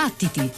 Battiti!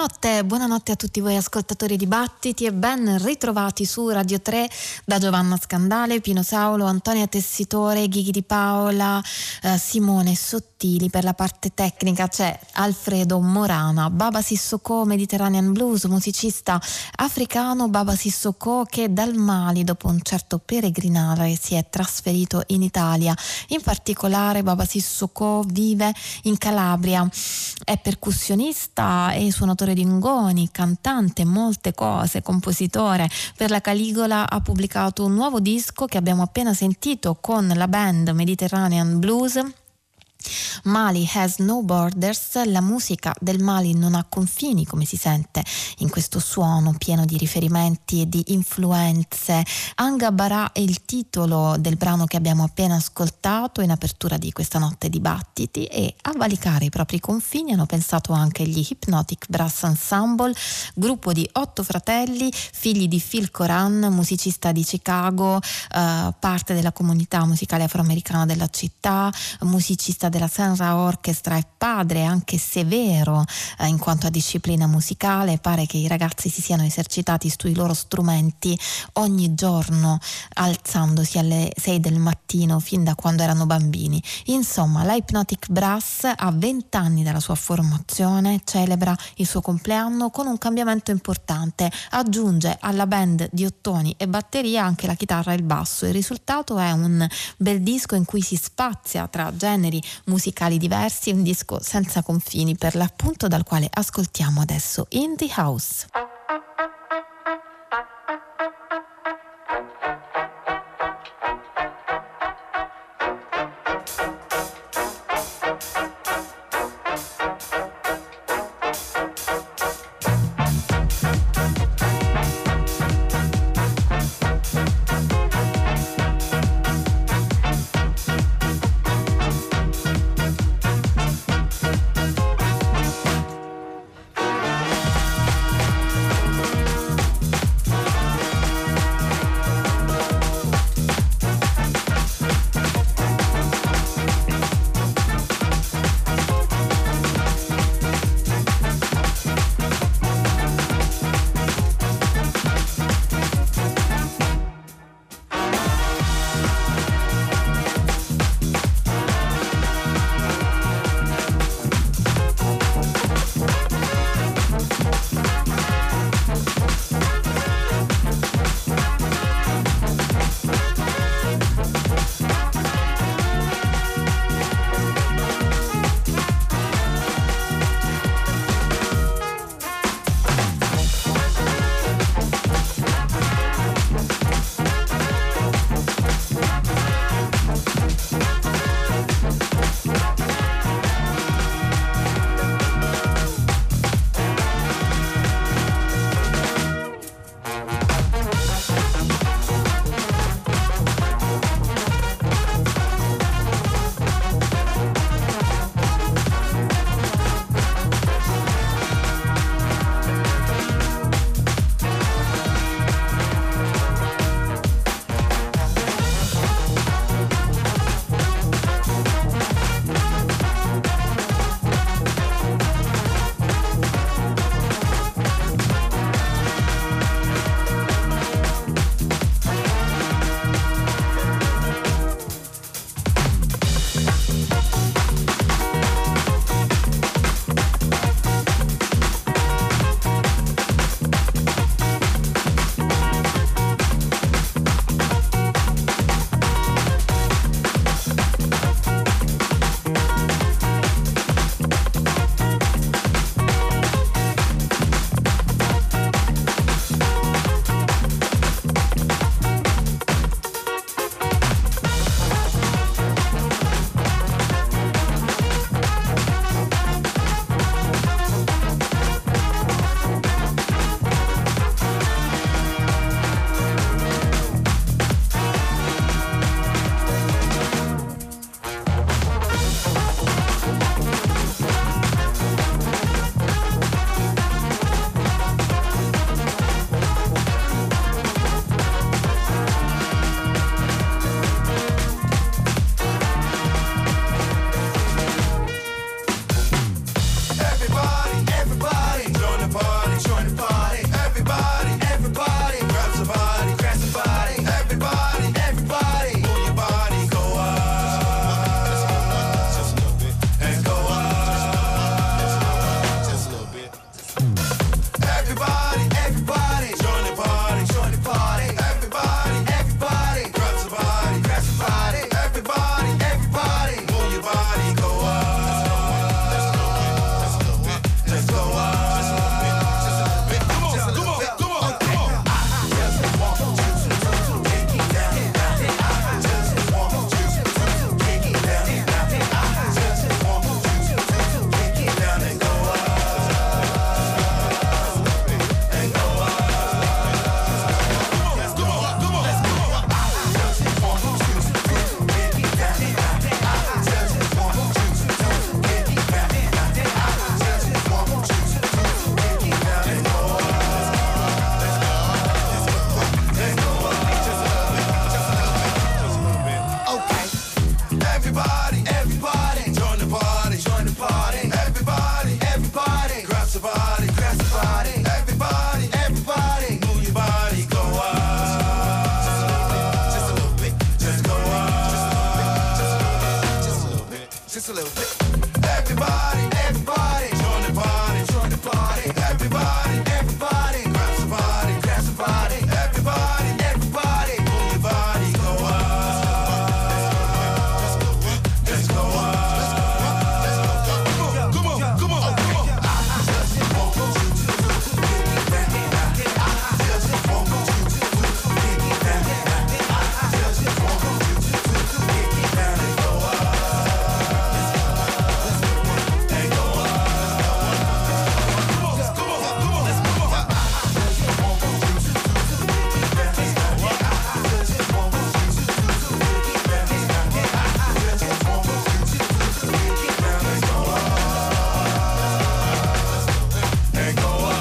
Buonanotte a tutti voi ascoltatori di Battiti e ben ritrovati su Radio 3 da Giovanna Scandale, Pino Saulo, Antonia Tessitore, Ghighi Di Paola, Simone Sottili. Per la parte tecnica c'è Alfredo Morana. Baba Sissoko, Mediterranean Blues, musicista africano. Baba Sissoko che dal Mali, dopo un certo peregrinare, si è trasferito in Italia. In particolare Baba Sissoko vive in Calabria, è percussionista e suonatore di ngoni, cantante, molte cose, compositore. Per la Caligola ha pubblicato un nuovo disco che abbiamo appena sentito con la band Mediterranean Blues. Mali has no borders, la musica del Mali non ha confini, come si sente in questo suono pieno di riferimenti e di influenze. Anga Bara è il titolo del brano che abbiamo appena ascoltato in apertura di questa notte di Battiti, e a valicare i propri confini hanno pensato anche gli Hypnotic Brass Ensemble, gruppo di 8 fratelli, figli di Phil Coran, musicista di Chicago, parte della comunità musicale afroamericana della città, musicista della Senra Orchestra e padre anche severo in quanto a disciplina musicale. Pare che i ragazzi si siano esercitati sui loro strumenti ogni giorno, alzandosi alle 6 del mattino fin da quando erano bambini. Insomma, la Hypnotic Brass a 20 anni dalla sua formazione celebra il suo compleanno con un cambiamento importante: aggiunge alla band di ottoni e batteria anche la chitarra e il basso. Il risultato è un bel disco in cui si spazia tra generi musicali diversi, un disco senza confini per l'appunto, dal quale ascoltiamo adesso In the House. a little bit. Everybody, everybody, join the party, join the party. Everybody, everybody, grab somebody, grab somebody. Everybody, everybody, move your body, go up. Let's go up. Come on, come on, come on. I just want you to get me back. I just want you to get me back. I just want you to get me back and go up. And go up. Come on, come on, let's go up. I just want you to get me back. I just want you to get me back. I just want you to get me back and go up. And go up.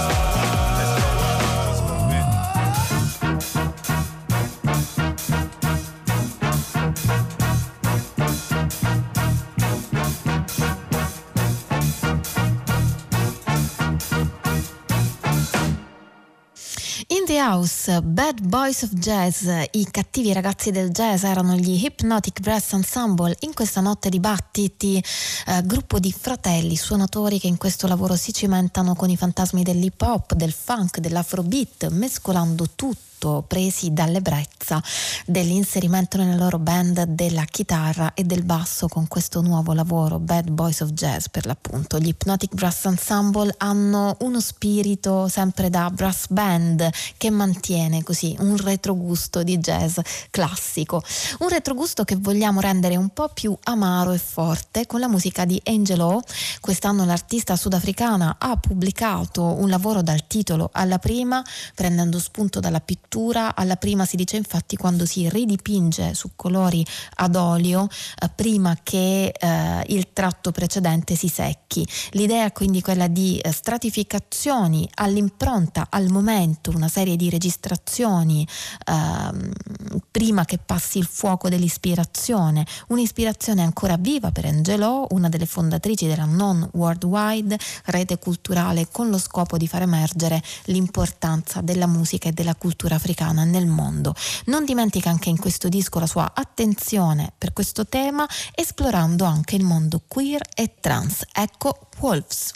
In the House, Bad Boys of Jazz, i cattivi ragazzi del jazz erano gli Hypnotic Brass Ensemble. In questa notte di battiti, gruppo di fratelli suonatori che in questo lavoro si cimentano con i fantasmi dell'hip hop, del funk, dell'afrobeat, mescolando tutto, presi dall'ebbrezza dell'inserimento nella loro band della chitarra e del basso con questo nuovo lavoro, Bad Boys of Jazz per l'appunto. Gli Hypnotic Brass Ensemble hanno uno spirito sempre da brass band che mantiene così un retrogusto di jazz classico, un retrogusto che vogliamo rendere un po' più amaro e forte con la musica di Angel O. Quest'anno l'artista sudafricana ha pubblicato un lavoro dal titolo Alla prima, prendendo spunto dalla pittura. Alla prima si dice infatti quando si ridipinge su colori ad olio prima che il tratto precedente si secchi. L'idea è quindi quella di stratificazioni all'impronta, al momento, una serie di registrazioni prima che passi il fuoco dell'ispirazione, un'ispirazione ancora viva per Angelo, una delle fondatrici della Non Worldwide, rete culturale con lo scopo di far emergere l'importanza della musica e della cultura africana nel mondo. Non dimentica anche in questo disco la sua attenzione per questo tema, esplorando anche il mondo queer e trans. Ecco Wolves.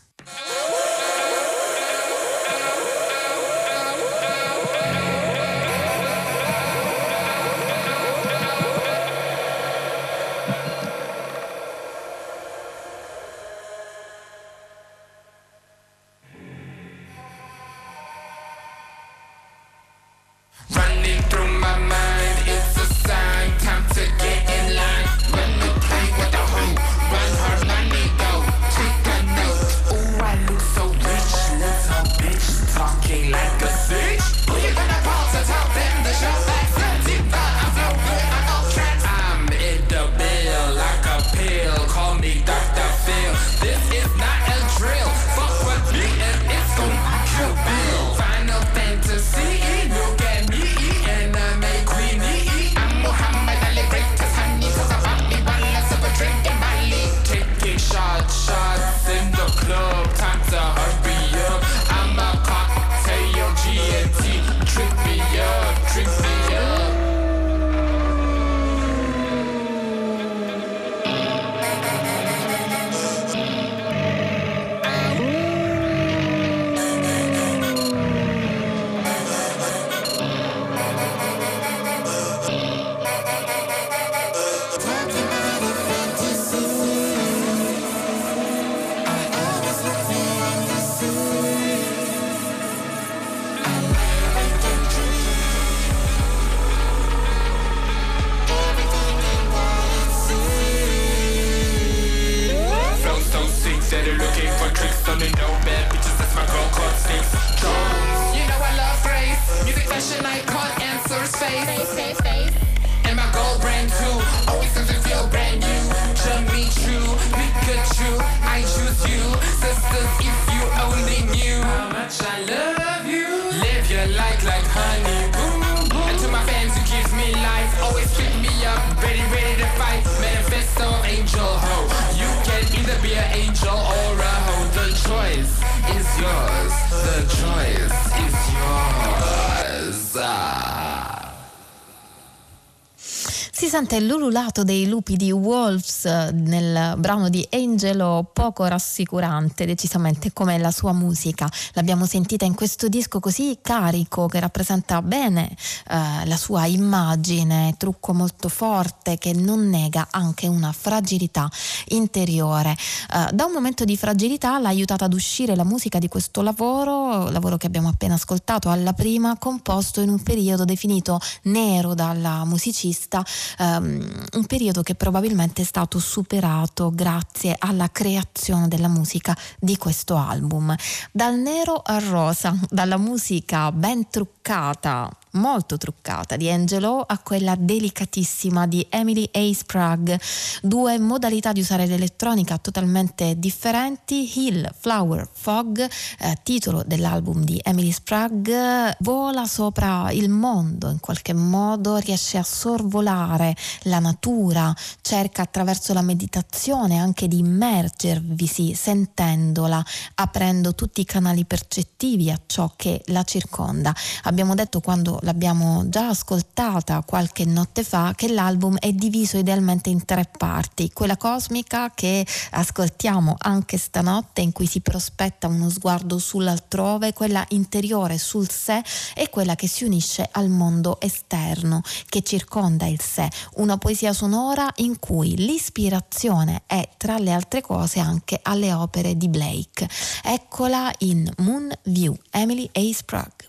Running through my mind, it's a sign, time to get in line. When we play with the hoe, run her money go, take a note. Ooh, I look so rich, little bitch, talking like a bitch. Who you gonna call to tell them the show like deep I'm so good, I go tracks. I'm in the bill like a pill, call me Dr. Phil. This is not a drill, fuck with me and it's gonna kill Bill. Final Fantasy, you'll get me. Shots in the club, time to hurry up. I'm a cocktail, G&T, drink me up, drink me up. They're looking for tricks on the no bad bitches, that's my girl called Six Jones. You know I love grace, music fashion icon, answers face. And my gold brand too, always seems to feel brand new. Jimmy Choo, Pikachu, I choose you. Sisters, if you only knew how much I love you. Live your life like honey, boom, boom. And to my fans who gives me life, always keep me up, ready to fight. Manifesto angel ho, you can either be an angel or a hoe. The choice is yours, the choice is yours. Si sente l'ululato dei lupi di Wolves nel brano di Angelo, poco rassicurante decisamente come la sua musica. L'abbiamo sentita in questo disco così carico che rappresenta bene la sua immagine, trucco molto forte che non nega anche una fragilità interiore. Da un momento di fragilità l'ha aiutata ad uscire la musica di questo lavoro che abbiamo appena ascoltato alla prima, composto in un periodo definito nero dalla musicista, un periodo che probabilmente è stato superato grazie alla creazione della musica di questo album. Dal nero al rosa, dalla musica ben truccata, molto truccata di Angelo a quella delicatissima di Emily A. Sprague, due modalità di usare l'elettronica totalmente differenti. Hill, Flower, Fog, titolo dell'album di Emily Sprague, vola sopra il mondo in qualche modo, riesce a sorvolare la natura, cerca attraverso la meditazione anche di immergervisi sentendola, aprendo tutti i canali percettivi a ciò che la circonda. Abbiamo detto quando l'abbiamo già ascoltata qualche notte fa che l'album è diviso idealmente in tre parti: quella cosmica che ascoltiamo anche stanotte, in cui si prospetta uno sguardo sull'altrove, quella interiore sul sé, e quella che si unisce al mondo esterno che circonda il sé, una poesia sonora in cui l'ispirazione è tra le altre cose anche alle opere di Blake. Eccola in Moon View, Emily A. Sprague.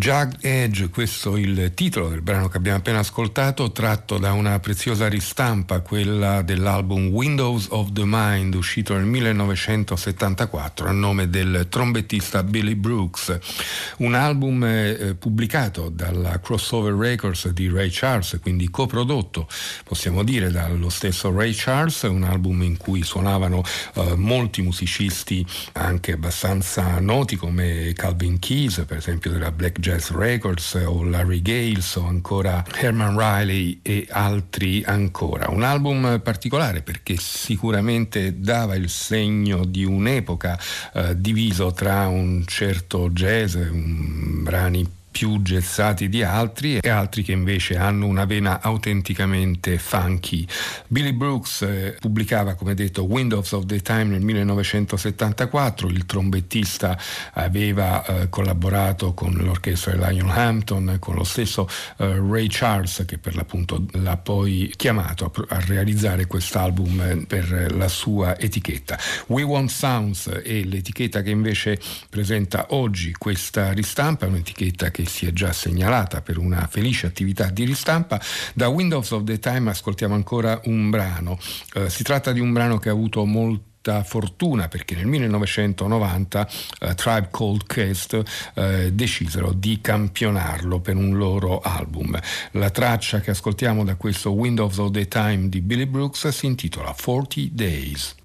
Jagged Edge, questo è il titolo del brano che abbiamo appena ascoltato, tratto da una preziosa ristampa, quella dell'album Windows of the Mind, uscito nel 1974 a nome del trombettista Billy Brooks. Un album pubblicato dalla Crossover Records di Ray Charles, quindi coprodotto, possiamo dire, dallo stesso Ray Charles, un album in cui suonavano molti musicisti anche abbastanza noti come Calvin Keys, per esempio della Black Jazz Records, o Larry Gales, o ancora Herman Riley e altri ancora. Un album particolare perché sicuramente dava il segno di un'epoca diviso tra un certo jazz, brani più gezzati di altri e altri che invece hanno una vena autenticamente funky. Billy Brooks pubblicava, come detto, Windows of the Time nel 1974, il trombettista aveva collaborato con l'orchestra di Lionel Hampton, con lo stesso Ray Charles, che per l'appunto l'ha poi chiamato a realizzare quest'album per la sua etichetta. We Want Sounds è l'etichetta che invece presenta oggi questa ristampa, un'etichetta che si è già segnalata per una felice attività di ristampa. Da Windows of the Time ascoltiamo ancora un brano. Si tratta di un brano che ha avuto molta fortuna perché nel 1990 Tribe Called Quest decisero di campionarlo per un loro album. La traccia che ascoltiamo da questo Windows of the Time di Billy Brooks si intitola 40 Days.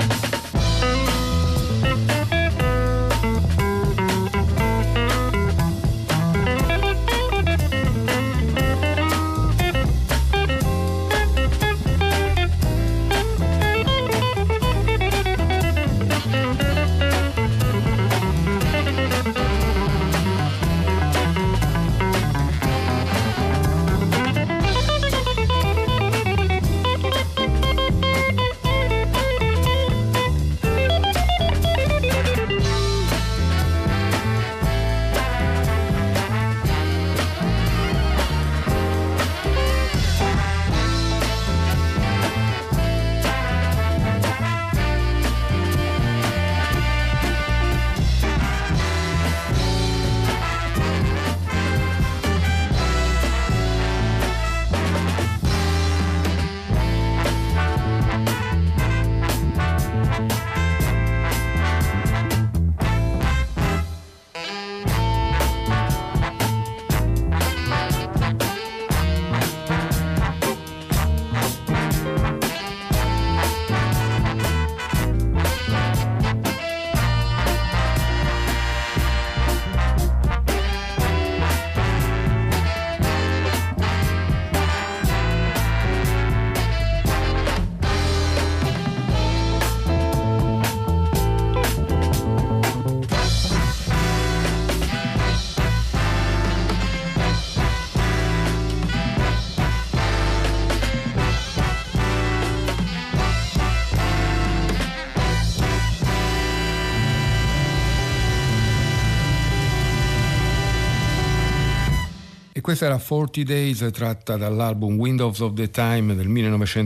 Questa era 40 Days, tratta dall'album Windows of the Time del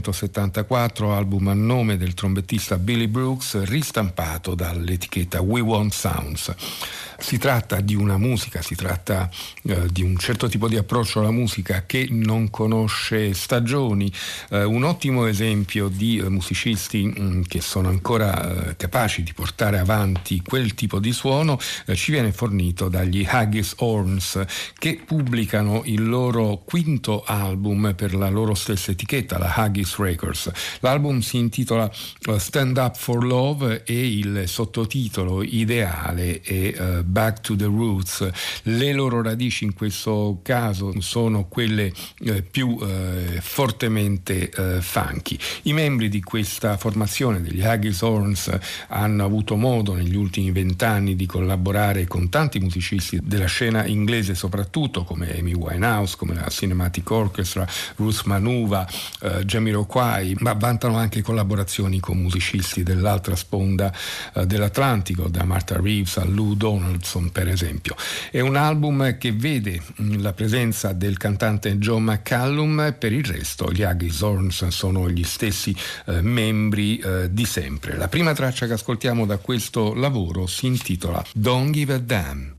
1974, album a nome del trombettista Billy Brooks, ristampato dall'etichetta We Want Sounds. Si tratta di una musica, si tratta di un certo tipo di approccio alla musica che non conosce stagioni, un ottimo esempio di musicisti che sono ancora capaci di portare avanti quel tipo di suono ci viene fornito dagli Haggis Horns, che pubblicano il loro quinto album per la loro stessa etichetta, la Haggis Records. L'album si intitola Stand Up for Love e il sottotitolo ideale è Back to the Roots. Le loro radici in questo caso sono quelle più fortemente funky. I membri di questa formazione degli Haggis Horns hanno avuto modo negli ultimi 20 anni di collaborare con tanti musicisti della scena inglese, soprattutto come Amy Winehouse, come la Cinematic Orchestra, Ruth Manuva, Jamiroquai, ma vantano anche collaborazioni con musicisti dell'altra sponda dell'Atlantico, da Martha Reeves a Lou Donaldson per esempio. È un album che vede la presenza del cantante John McCallum, per il resto gli Haggis Horns sono gli stessi membri di sempre. La prima traccia che ascoltiamo da questo lavoro si intitola Don't Give a Damn.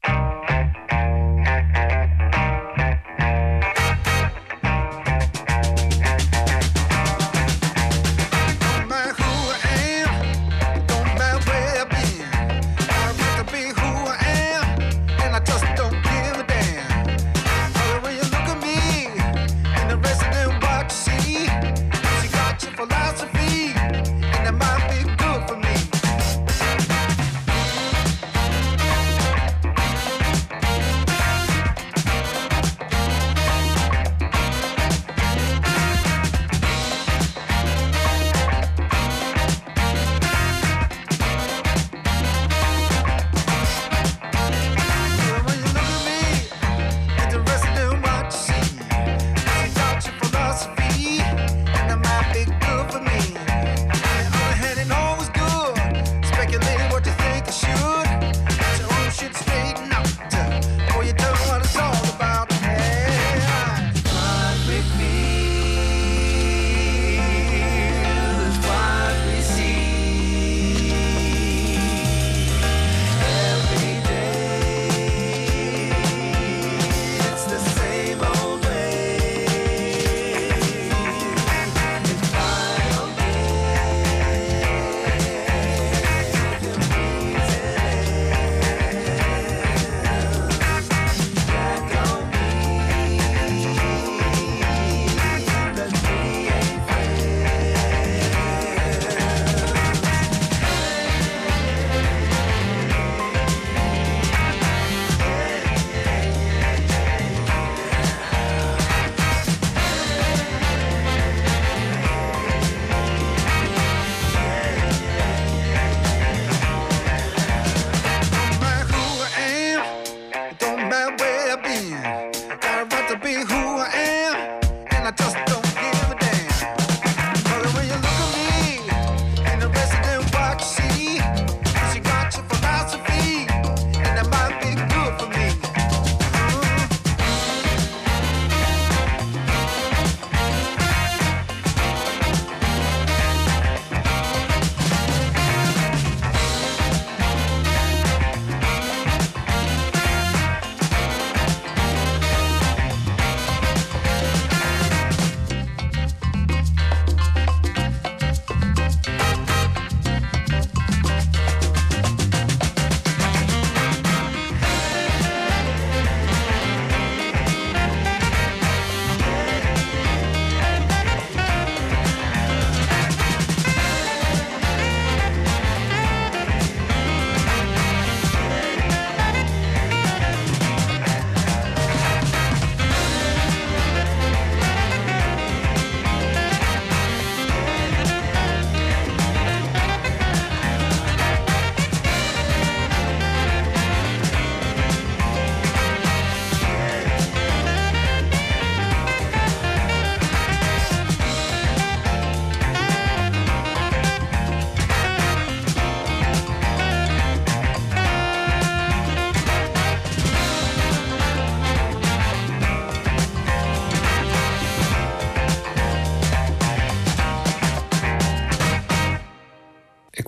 Philosophy, and that might be good for me.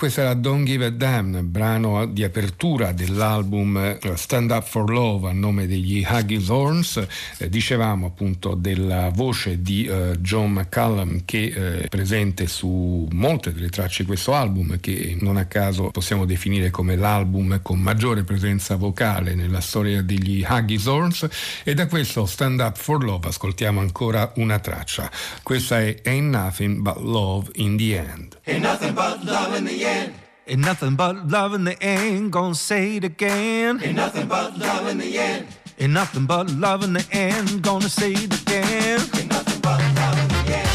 questa era Don't Give a Damn, brano di apertura dell'album Stand Up for Love a nome degli Huggies Horns. Dicevamo appunto della voce di John McCallum che è presente su molte delle tracce di questo album, che non a caso possiamo definire come l'album con maggiore presenza vocale nella storia degli Huggies Horns. E da questo Stand Up for Love ascoltiamo ancora una traccia. Questa è Ain't Nothing But Love in the End. Ain't nothing but love in the end. Ain't nothing but love in the end, gonna say it again. Ain't nothing but love in the end. Ain't nothing but love in the end, gonna say it again. Ain't nothing but love in the end.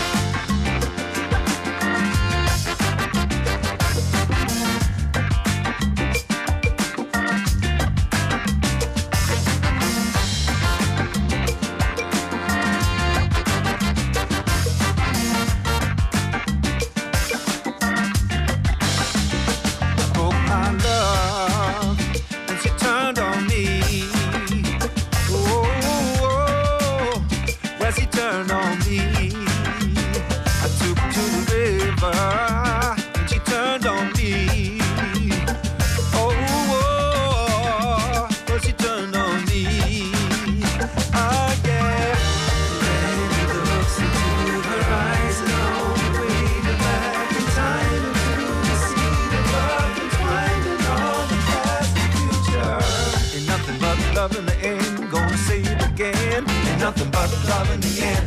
Nothing but love in the end.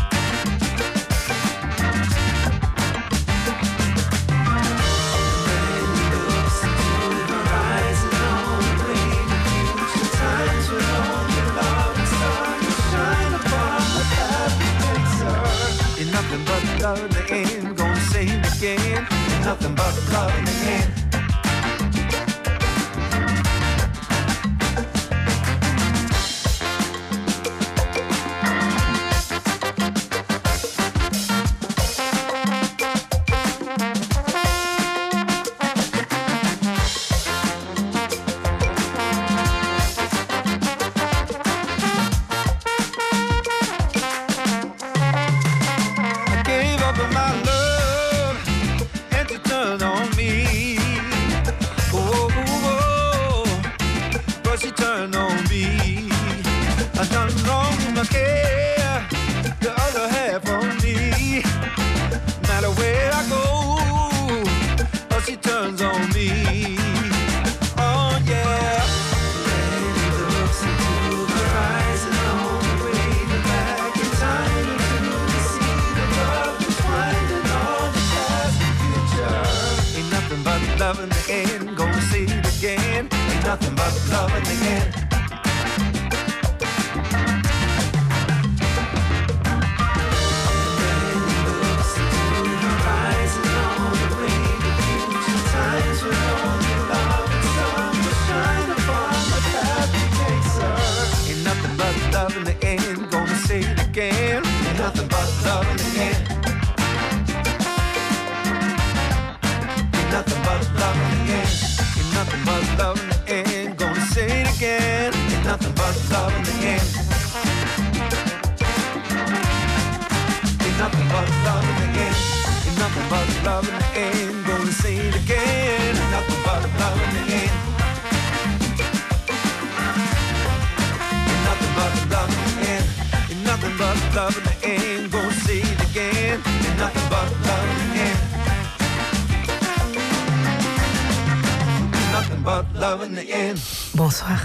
Nothing but love in the end, gonna say it again. Nothing but love in the end. Bonsoir.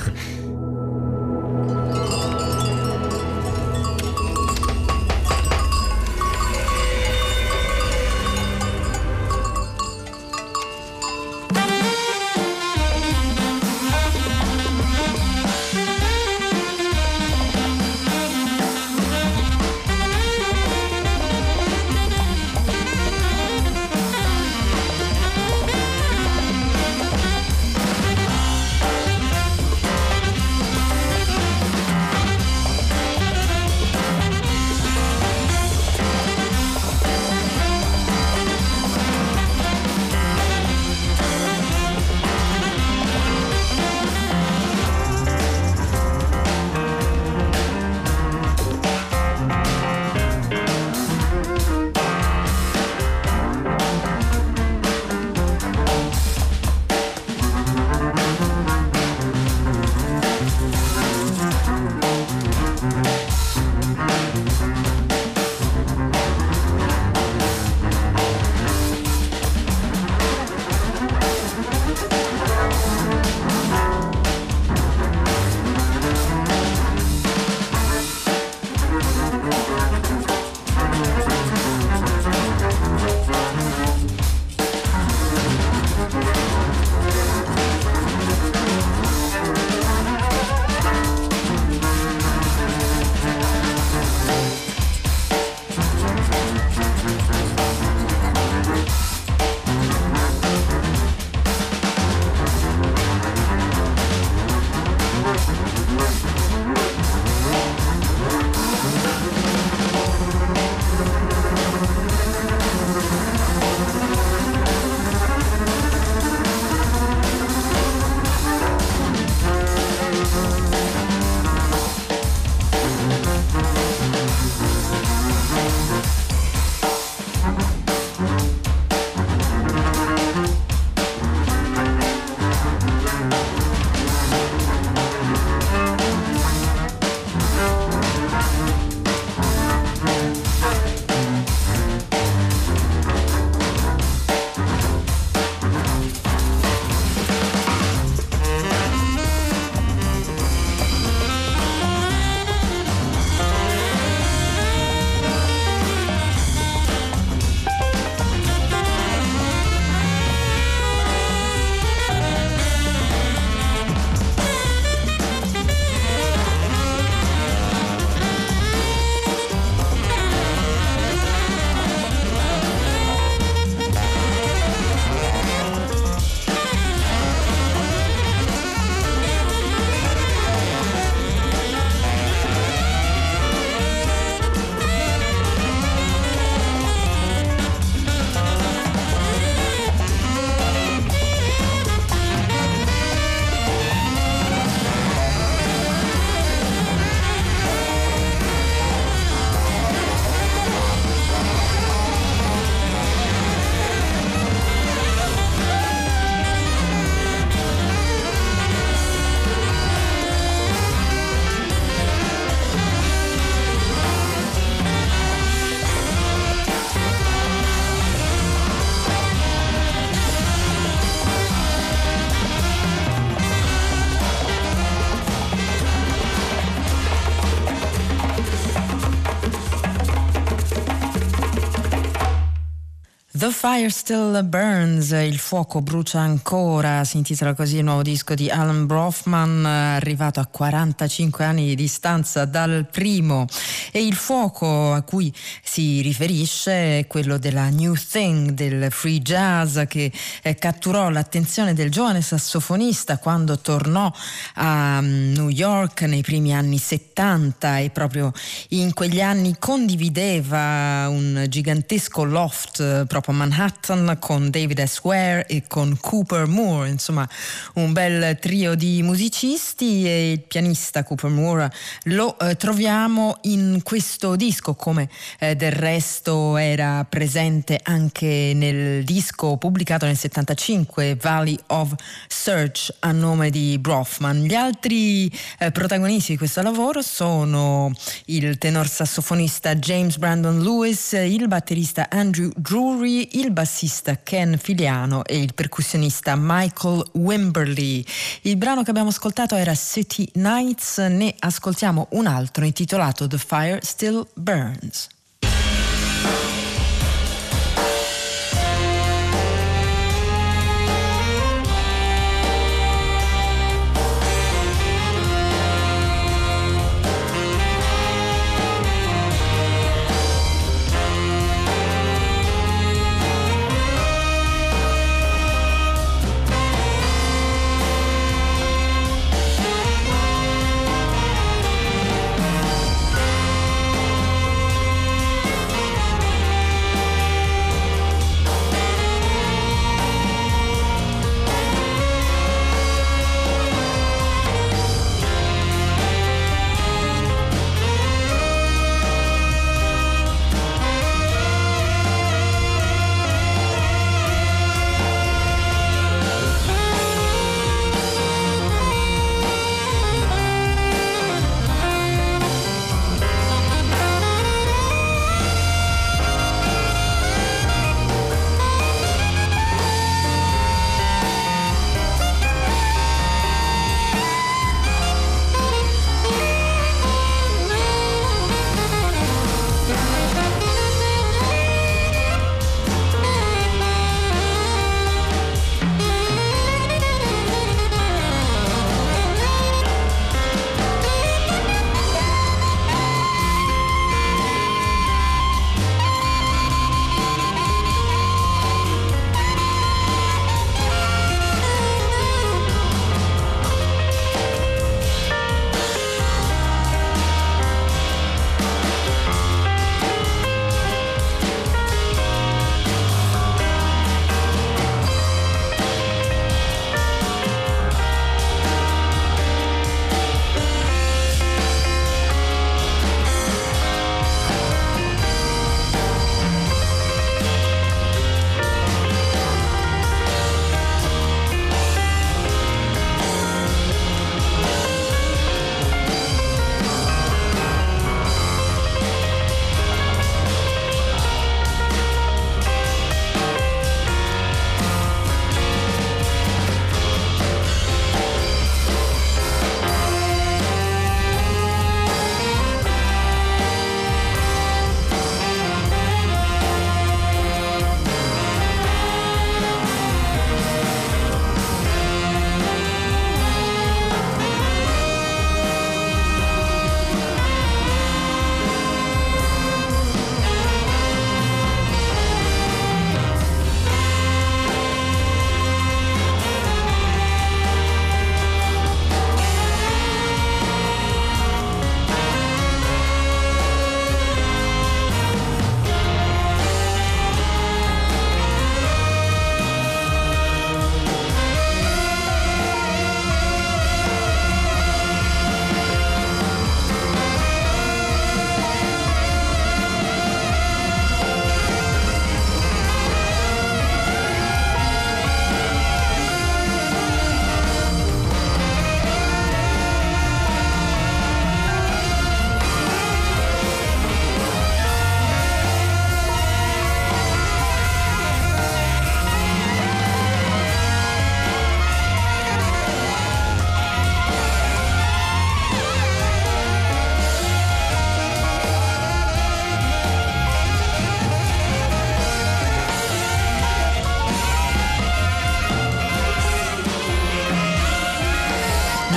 The Fire Still Burns, il fuoco brucia ancora, si intitola così il nuovo disco di Alan Brofman, arrivato a 45 anni di distanza dal primo, e il fuoco a cui si riferisce è quello della New Thing, del free jazz, che catturò l'attenzione del giovane sassofonista quando tornò a New York nei primi anni 70, e proprio in quegli anni condivideva un gigantesco loft proprio a Manhattan con David S. Ware e con Cooper Moore, insomma un bel trio di musicisti, e il pianista Cooper Moore lo troviamo in questo disco, come del resto era presente anche nel disco pubblicato nel 75, Valley of Search, a nome di Brofman. Gli altri protagonisti di questo lavoro sono il tenor sassofonista James Brandon Lewis, il batterista Andrew Drury, il bassista Ken Filiano e il percussionista Michael Wimberly. Il brano che abbiamo ascoltato era City Nights, ne ascoltiamo un altro intitolato The Fire Still Burns.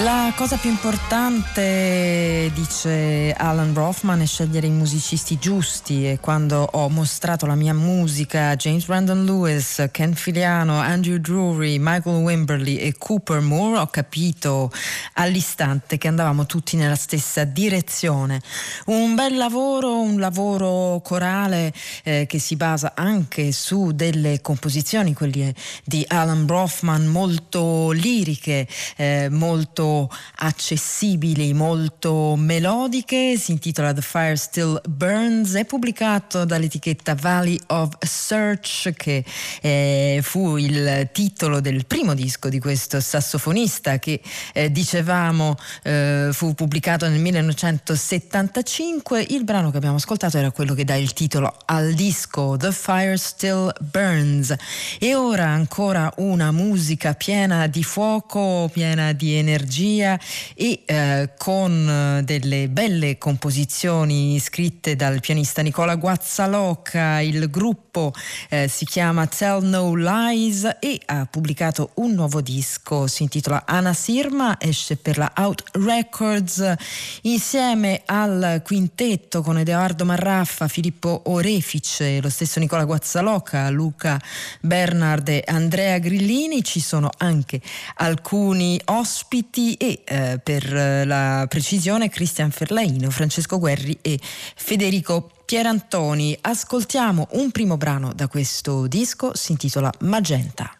La cosa più importante, dice Alan Brofman, è scegliere i musicisti giusti, e quando ho mostrato la mia musica a James Brandon Lewis, Ken Filiano, Andrew Drury, Michael Wimberly e Cooper Moore, ho capito all'istante che andavamo tutti nella stessa direzione. Un bel lavoro, un lavoro corale che si basa anche su delle composizioni, quelle di Alan Brofman, molto liriche, molto accessibili, molto melodiche. Si intitola The Fire Still Burns, è pubblicato dall'etichetta Valley of Search, che fu il titolo del primo disco di questo sassofonista che dicevamo fu pubblicato nel 1975. Il brano che abbiamo ascoltato era quello che dà il titolo al disco, The Fire Still Burns. E ora ancora una musica piena di fuoco, piena di energia e con delle belle composizioni scritte dal pianista Nicola Guazzaloca. Il gruppo si chiama Tell No Lies e ha pubblicato un nuovo disco, si intitola Anasirma, esce per la Out Records, insieme al quintetto con Edoardo Marraffa, Filippo Orefice, lo stesso Nicola Guazzaloca, Luca Bernard e Andrea Grillini. Ci sono anche alcuni ospiti e per la precisione Cristian Ferlaino, Francesco Guerri e Federico Pierantoni. Ascoltiamo un primo brano da questo disco, si intitola Magenta.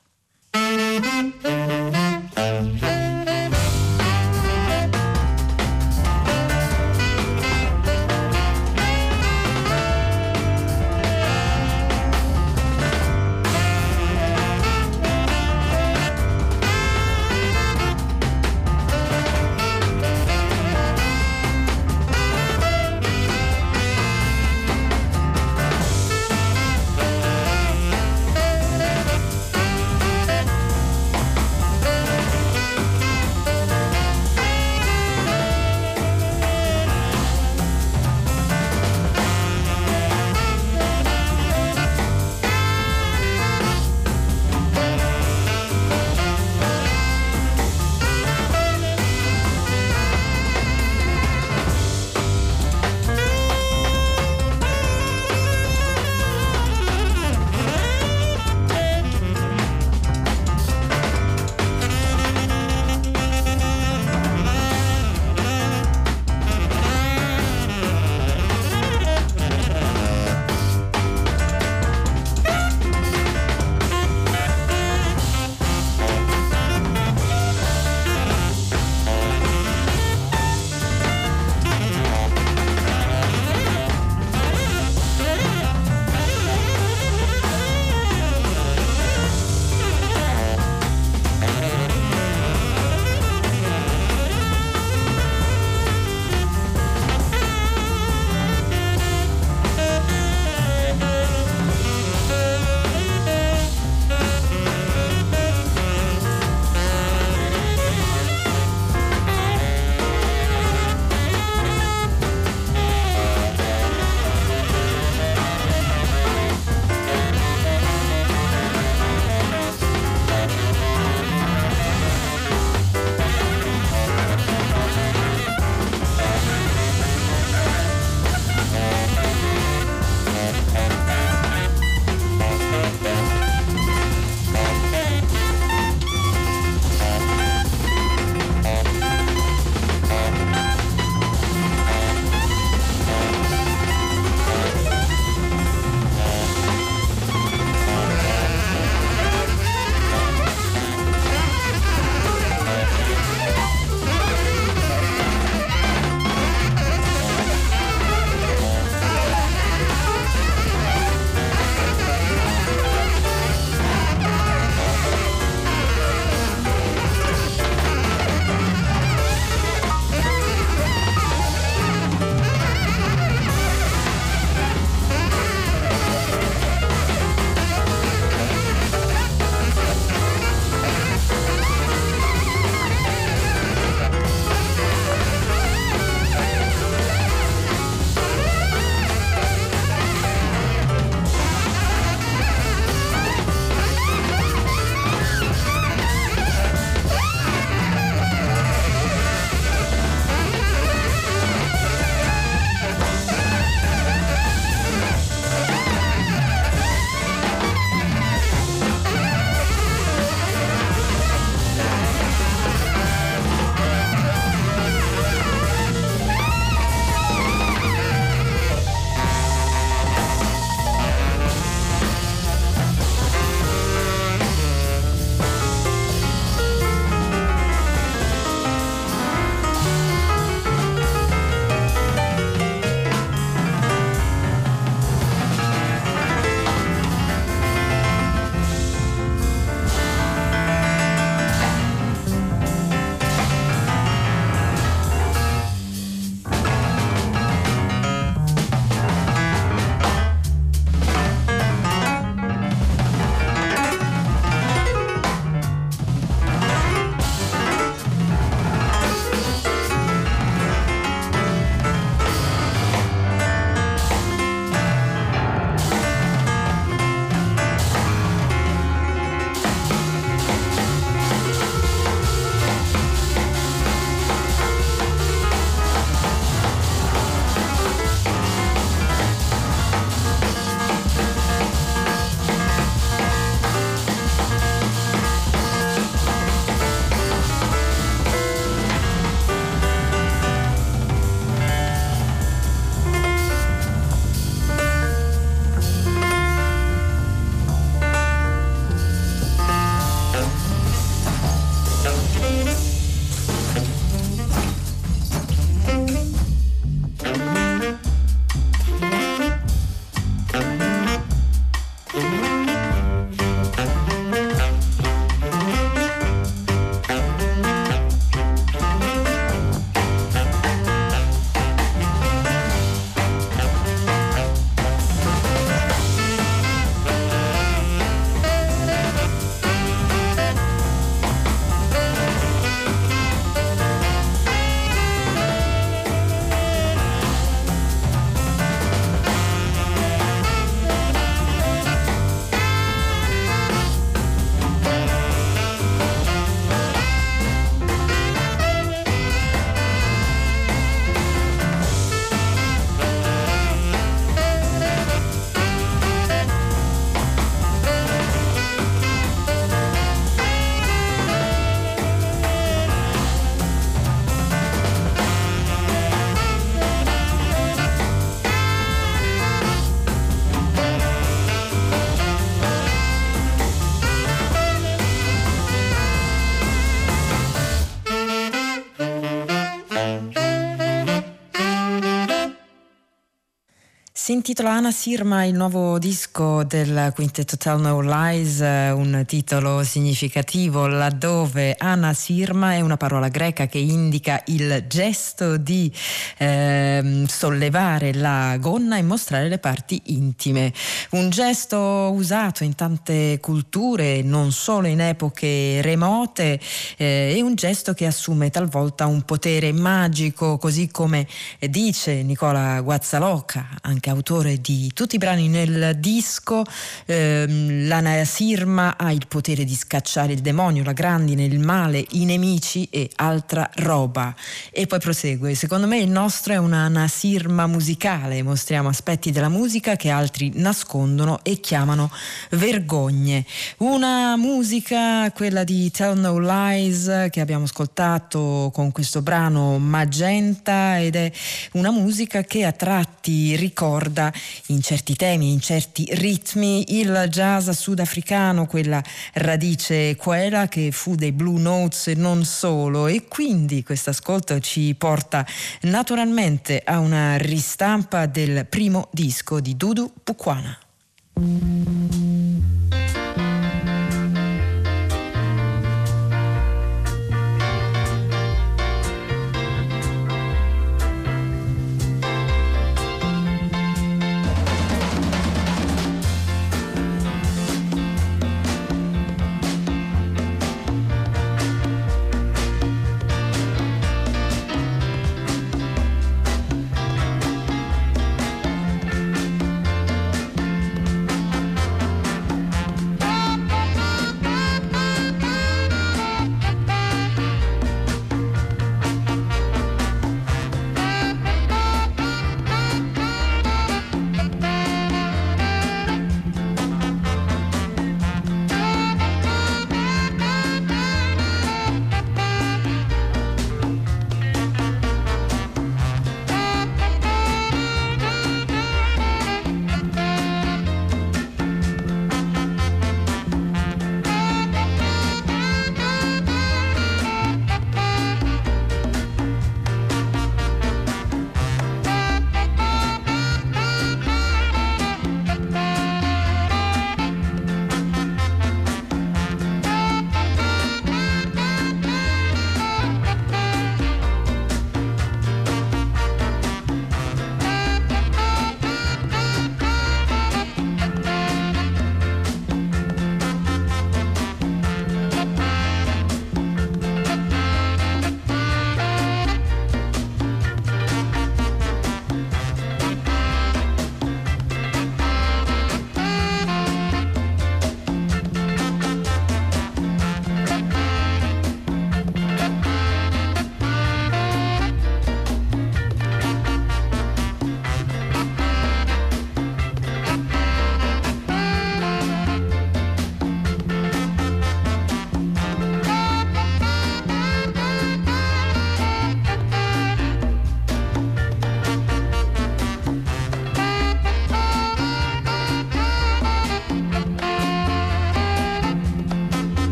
Si intitola Anna Sirma, il nuovo disco del quintetto Tell No Lies, un titolo significativo laddove Anna Sirma è una parola greca che indica il gesto di sollevare la gonna e mostrare le parti intime. Un gesto usato in tante culture, non solo in epoche remote, è un gesto che assume talvolta un potere magico, così come dice Nicola Guazzaloca, anche autore di tutti i brani nel disco. L'Anna Sirma ha il potere di scacciare il demonio, la grandine, il male, i nemici e altra roba. E poi prosegue: secondo me il nostro è una Anna Sirma musicale, mostriamo aspetti della musica che altri nascondono e chiamano vergogne. Una musica, quella di Tell No Lies, che abbiamo ascoltato con questo brano Magenta, ed è una musica che a tratti ricorda in certi temi, in certi ritmi, il jazz sudafricano, quella radice quella che fu dei Blue Notes e non solo, e quindi questo ascolto ci porta naturalmente a una ristampa del primo disco di Dudu Pukwana.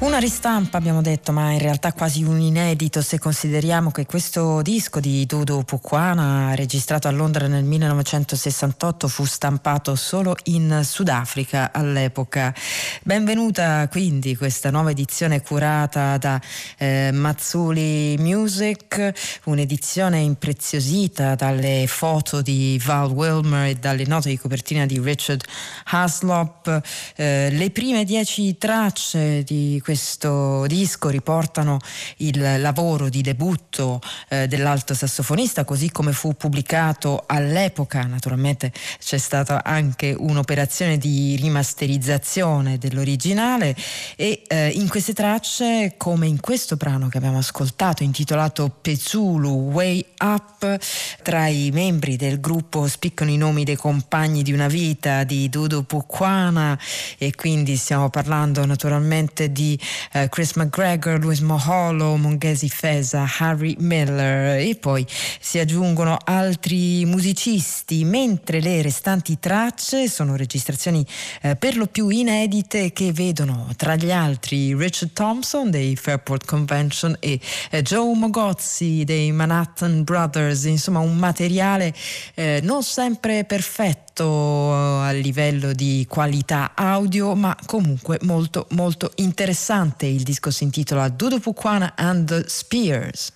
Una ristampa abbiamo detto, ma in realtà quasi un inedito se consideriamo che questo disco di Dudu Pukwana, registrato a Londra nel 1968, fu stampato solo in Sudafrica all'epoca. Benvenuta quindi questa nuova edizione curata da Mazzuli Music, un'edizione impreziosita dalle foto di Val Wilmer e dalle note di copertina di Richard Haslop. Le prime 10 tracce di questo disco riportano il lavoro di debutto dell'alto sassofonista, così come fu pubblicato all'epoca. Naturalmente c'è stata anche un'operazione di rimasterizzazione dell'originale e in queste tracce, come in questo brano che abbiamo ascoltato intitolato Pezulu Way Up, tra i membri del gruppo spiccano i nomi dei compagni di una vita di Dudu Pukwana, e quindi stiamo parlando naturalmente di Chris McGregor, Louis Moholo, Mongezi Feza, Harry Miller, e poi si aggiungono altri musicisti, mentre le restanti tracce sono registrazioni per lo più inedite che vedono tra gli altri Richard Thompson dei Fairport Convention e Joe Mogozzi dei Manhattan Brothers. Insomma, un materiale non sempre perfetto a livello di qualità audio, ma comunque molto molto interessante. Il disco si intitola Dudu Pukwana and the Spears.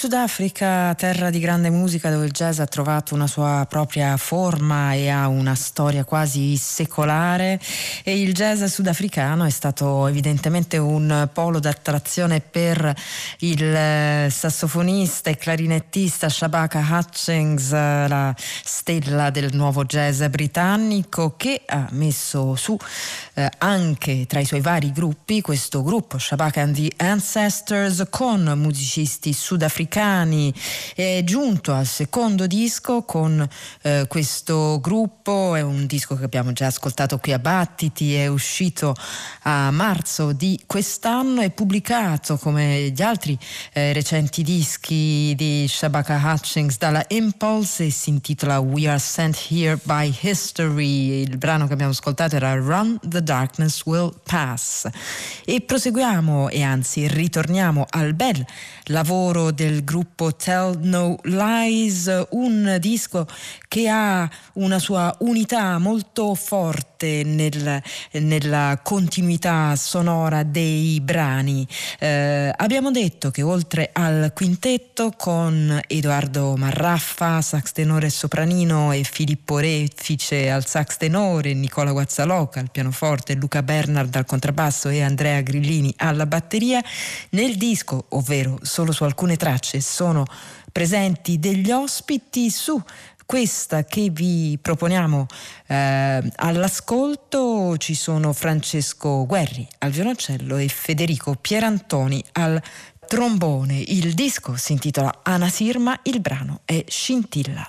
Sudafrica, terra di grande musica dove il jazz ha trovato una sua propria forma e ha una storia quasi secolare, e il jazz sudafricano è stato evidentemente un polo d'attrazione per il sassofonista e clarinettista Shabaka Hutchings, la stella del nuovo jazz britannico, che ha messo su anche tra i suoi vari gruppi questo gruppo Shabaka and the Ancestors con musicisti sudafricani. È giunto al secondo disco con questo gruppo, è un disco che abbiamo già ascoltato qui a Battiti, è uscito a marzo di quest'anno, è pubblicato come gli altri recenti dischi di Shabaka Hutchings dalla Impulse e si intitola We Are Sent Here by History. Il brano che abbiamo ascoltato era Run the Darkness Will Pass, e proseguiamo e anzi ritorniamo al bel lavoro del gruppo Tell No Lies, un disco che ha una sua unità molto forte nella continuità sonora dei brani. Abbiamo detto che oltre al quintetto con Edoardo Marraffa, sax tenore e sopranino, e Filippo Reffice al sax tenore, Nicola Guazzaloca al pianoforte, Luca Bernard al contrabbasso e Andrea Grillini alla batteria, nel disco, ovvero solo su alcune tracce, sono presenti degli ospiti. Su questa che vi proponiamo all'ascolto ci sono Francesco Guerri al violoncello e Federico Pierantoni al trombone. Il disco si intitola Anasirma, il brano è Scintilla.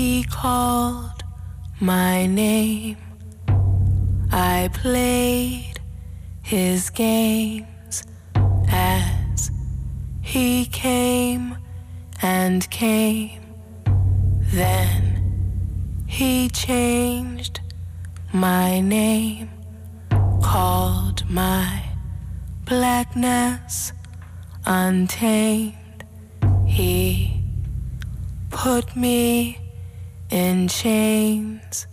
he called my name. I played his games as he came and came. Then he changed my name, called my blackness untamed. He put me in chains.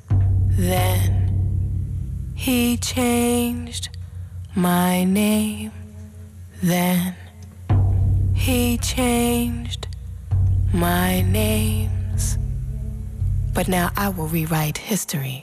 Then he changed my name. Then he changed my names. But now I will rewrite history.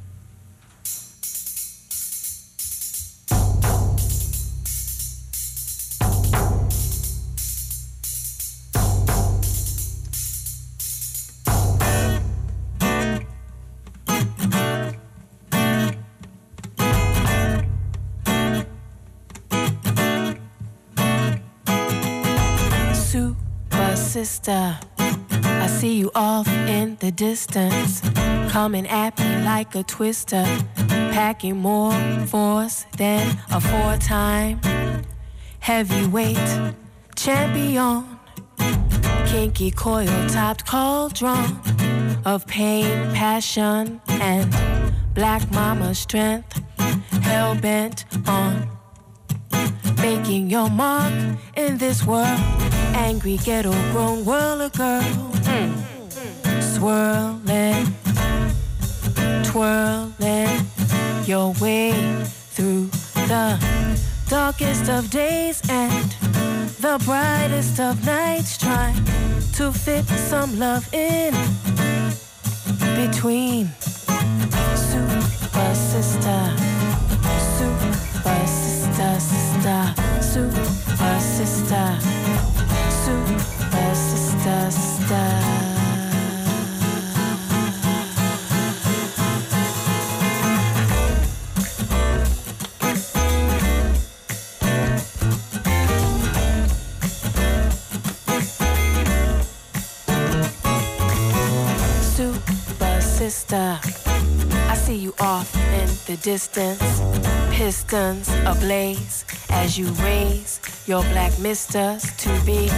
Sister, I see you off in the distance, coming at me like a twister, packing more force than a four-time heavyweight champion, kinky coil-topped cauldron of pain, passion, and black mama strength, hell-bent on making your mark in this world. Angry ghetto-grown world of girl, swirling, twirling your way through the darkest of days and the brightest of nights, trying to fit some love in between. Super sister, super sister, sister, super sister. Super sister, sister. Super sister, I see you off in the distance, pistons ablaze as you raise your black misters to be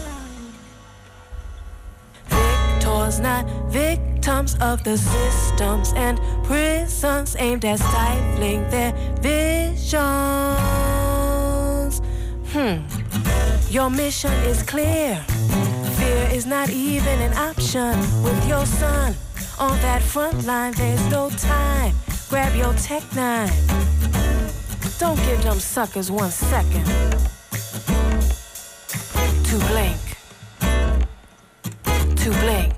victors, not victims of the systems and prisons aimed at stifling their visions. Your mission is clear. Fear is not even an option. With your son on that front line, there's no time. Grab your Tech 9. Don't give them suckers 1 second to blink, to blink.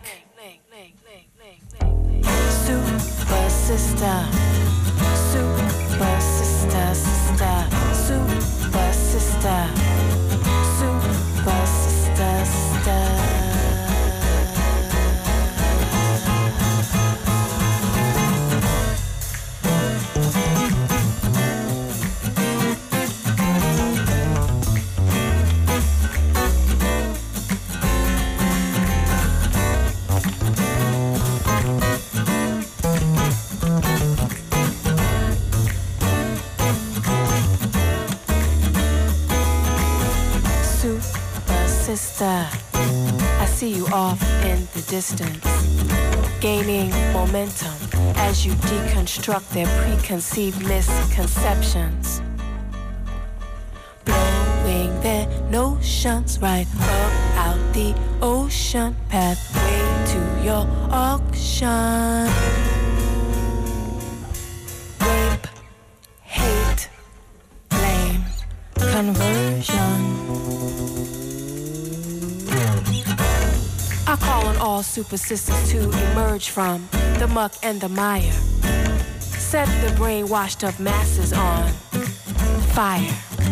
Super sister, super sister, sister, super sister, super sister, sister. Sister, I see you off in the distance, gaining momentum as you deconstruct their preconceived misconceptions, blowing their notions right up out the ocean pathway to your auction. Rape, hate, blame, conversion. I call on all super sisters to emerge from the muck and the mire. Set the brainwashed up masses on fire.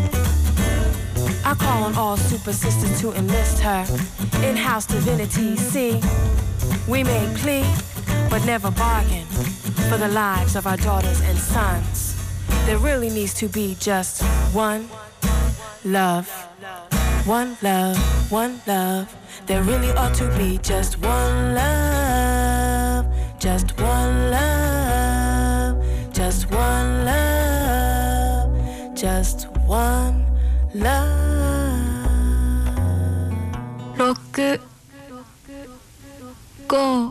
I call on all super sisters to enlist her in-house divinity. See, we may plea, but never bargain for the lives of our daughters and sons. There really needs to be just one love, one love, one love. There really ought to be just one love. Just one love, just one love, just one love. 6 5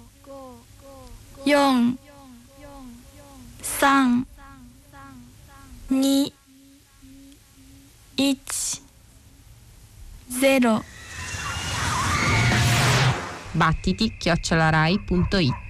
4 3 2 1 0 battiti@rai.it